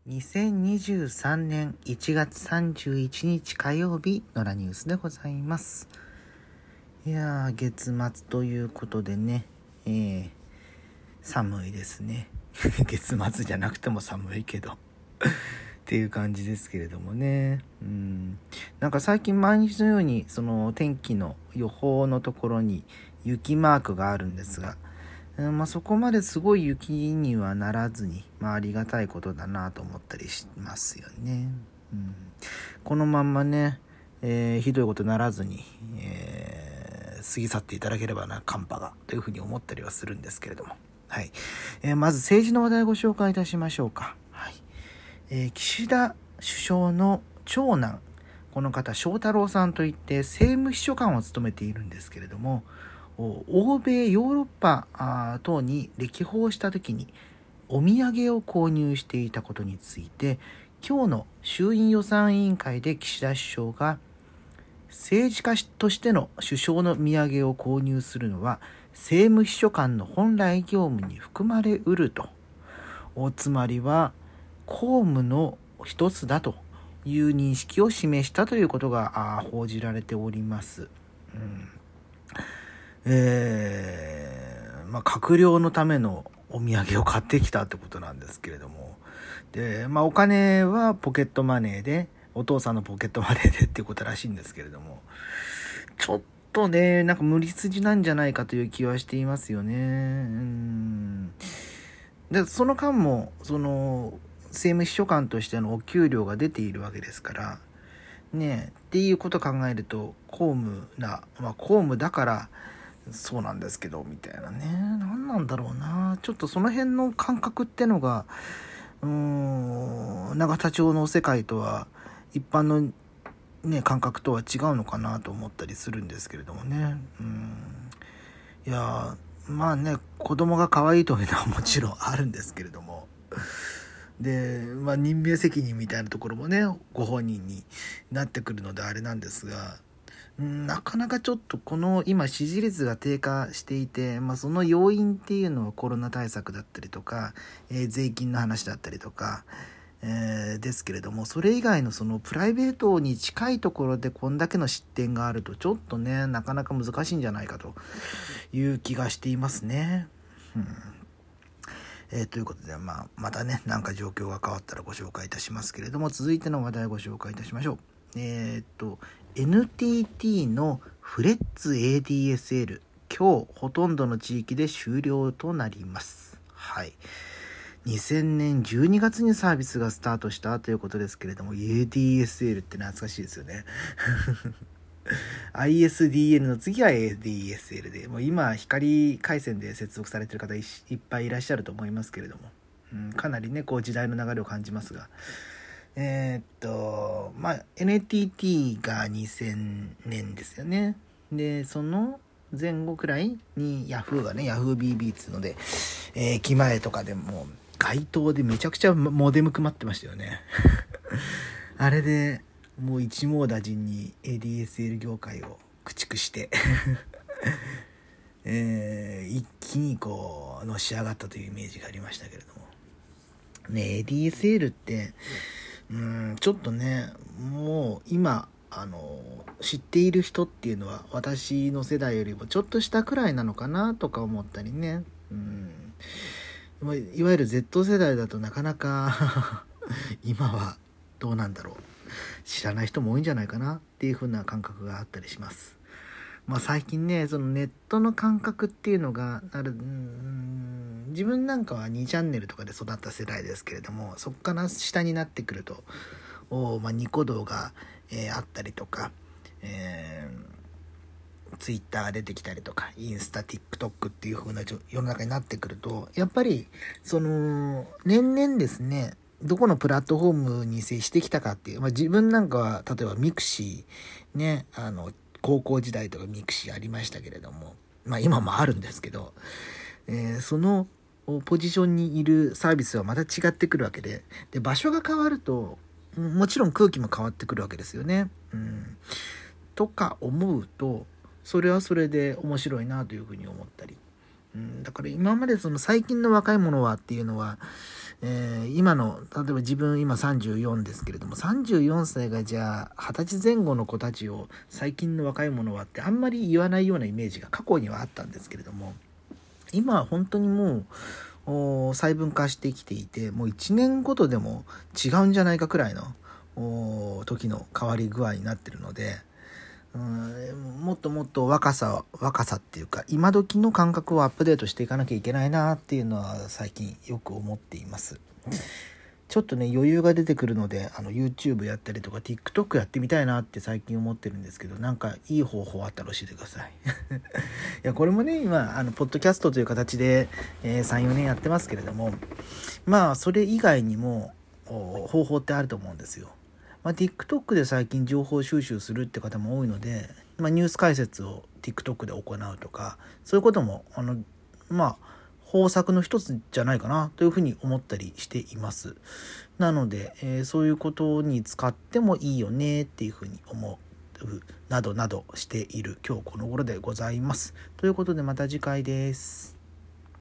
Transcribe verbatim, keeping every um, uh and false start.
にせんにじゅうさんねんいちがつさんじゅういちにち火曜日のラニュースでございます。いやー、月末ということでね、えー、寒いですね。月末じゃなくても寒いけどっていう感じですけれどもね。うん、なんか最近毎日のようにその天気の予報のところに雪マークがあるんですが、うんまあ、そこまですごい雪にはならずに、まあ、ありがたいことだなと思ったりしますよね。うん、このまんまね、えー、ひどいことならずに、えー、過ぎ去っていただければな、寒波がというふうに思ったりはするんですけれども。はい。えー、まず政治の話題をご紹介いたしましょうか。はい。えー、岸田首相の長男、この方翔太郎さんといって政務秘書官を務めているんですけれども、欧米ヨーロッパ等に歴訪した時にお土産を購入していたことについて、今日の衆院予算委員会で岸田首相が、政治家としての首相の土産を購入するのは政務秘書官の本来業務に含まれうると、つまりは公務の一つだという認識を示したということが報じられております。うんえーまあ、閣僚のためのお土産を買ってきたってことなんですけれども、で、まあ、お金はポケットマネーで、お父さんのポケットマネーでっていうことらしいんですけれども、ちょっとね、なんか無理筋なんじゃないかという気はしていますよね。うんで、その間もその政務秘書官としてのお給料が出ているわけですからね、っていうことを考えると公務な、まあ、公務だからそうなんですけどみたいなね、何なんだろうな、ちょっとその辺の感覚ってのがうーん永田町の世界とは一般のね感覚とは違うのかなと思ったりするんですけれどもね。うんいやまあね、子供が可愛いというのはもちろんあるんですけれども、で、まあ、任命責任みたいなところもねご本人になってくるのであれなんですが、なかなかちょっとこの今支持率が低下していて、まあ、その要因っていうのはコロナ対策だったりとか、えー、税金の話だったりとか、えー、ですけれども、それ以外のそのプライベートに近いところでこんだけの失点があるとちょっとねなかなか難しいんじゃないかという気がしていますね。うんえー、ということで、まあ、またねなんか状況が変わったらご紹介いたしますけれども、続いての話題をご紹介いたしましょう。えー、っと エヌティーティー のフレッツ エーディーエスエル、 今日ほとんどの地域で終了となります。はい、にせんねんじゅうにがつにサービスがスタートしたということですけれども、 エーディーエスエル って懐かしいですよねアイエスディーエヌ の次は エーディーエスエル で、もう今光回線で接続されている方 い, いっぱいいらっしゃると思いますけれども、うん、かなりねこう時代の流れを感じますが、えー、っとまあ エヌティーティー がにせんねんですよね。でその前後くらいに Yahoo がね Yahoo ビービー っつうので、えー、駅前とかでも街頭でめちゃくちゃモデム配ってましたよねあれでもう一網打尽に エーディーエスエル 業界を駆逐してえー、一気にこうのし上がったというイメージがありましたけれどもね。 エーディーエスエル ってうーんちょっとねもう今あの知っている人っていうのは私の世代よりもちょっと下くらいなのかなとか思ったりね。うんいわゆる Z 世代だとなかなか今はどうなんだろう、知らない人も多いんじゃないかなっていう風な感覚があったりします。まあ最近ねそのネットの感覚っていうのがある、うーん自分なんかはにチャンネルとかで育った世代ですけれども、そこから下になってくるとお、まあ、ニコ動が、えー、あったりとか、えー、ツイッターが出てきたりとかインスタ TikTok っていう風な世の中になってくると、やっぱりその年々ですねどこのプラットフォームに接してきたかっていう、まあ、自分なんかは例えばミクシーね、あの高校時代とかミクシーありましたけれども、まあ今もあるんですけど、えー、そのポジションにいるサービスはまた違ってくるわけで、で場所が変わるともちろん空気も変わってくるわけですよね。うん、とか思うとそれはそれで面白いなというふうに思ったり、うん、だから今までその最近の若い者はっていうのは、 えー、今の例えば自分今さんじゅうよんですけれども、さんじゅうよんさいがじゃあはたちぜん後の子たちを最近の若い者はってあんまり言わないようなイメージが過去にはあったんですけれども、今は本当にもう細分化してきていて、もういちねんごとでも違うんじゃないかくらいの時の変わり具合になってるので、うん、もっともっと若さ若さっていうか今時の感覚をアップデートしていかなきゃいけないなっていうのは最近よく思っています。ちょっとね余裕が出てくるので、あの YouTube やったりとか TikTok やってみたいなって最近思ってるんですけど、なんかいい方法あったら教えてください。いやこれもね今あのポッドキャストという形で、えー、さんよねんやってますけれども、まあそれ以外にも方法ってあると思うんですよ。まあ、TikTok で最近情報収集するって方も多いので、まあ、ニュース解説を TikTok で行うとか、そういうこともあのまあ方策の一つじゃないかなというふうに思ったりしています。なので、えー、そういうことに使ってもいいよねっていうふうに思うなどなどしている今日この頃でございます。ということでまた次回です。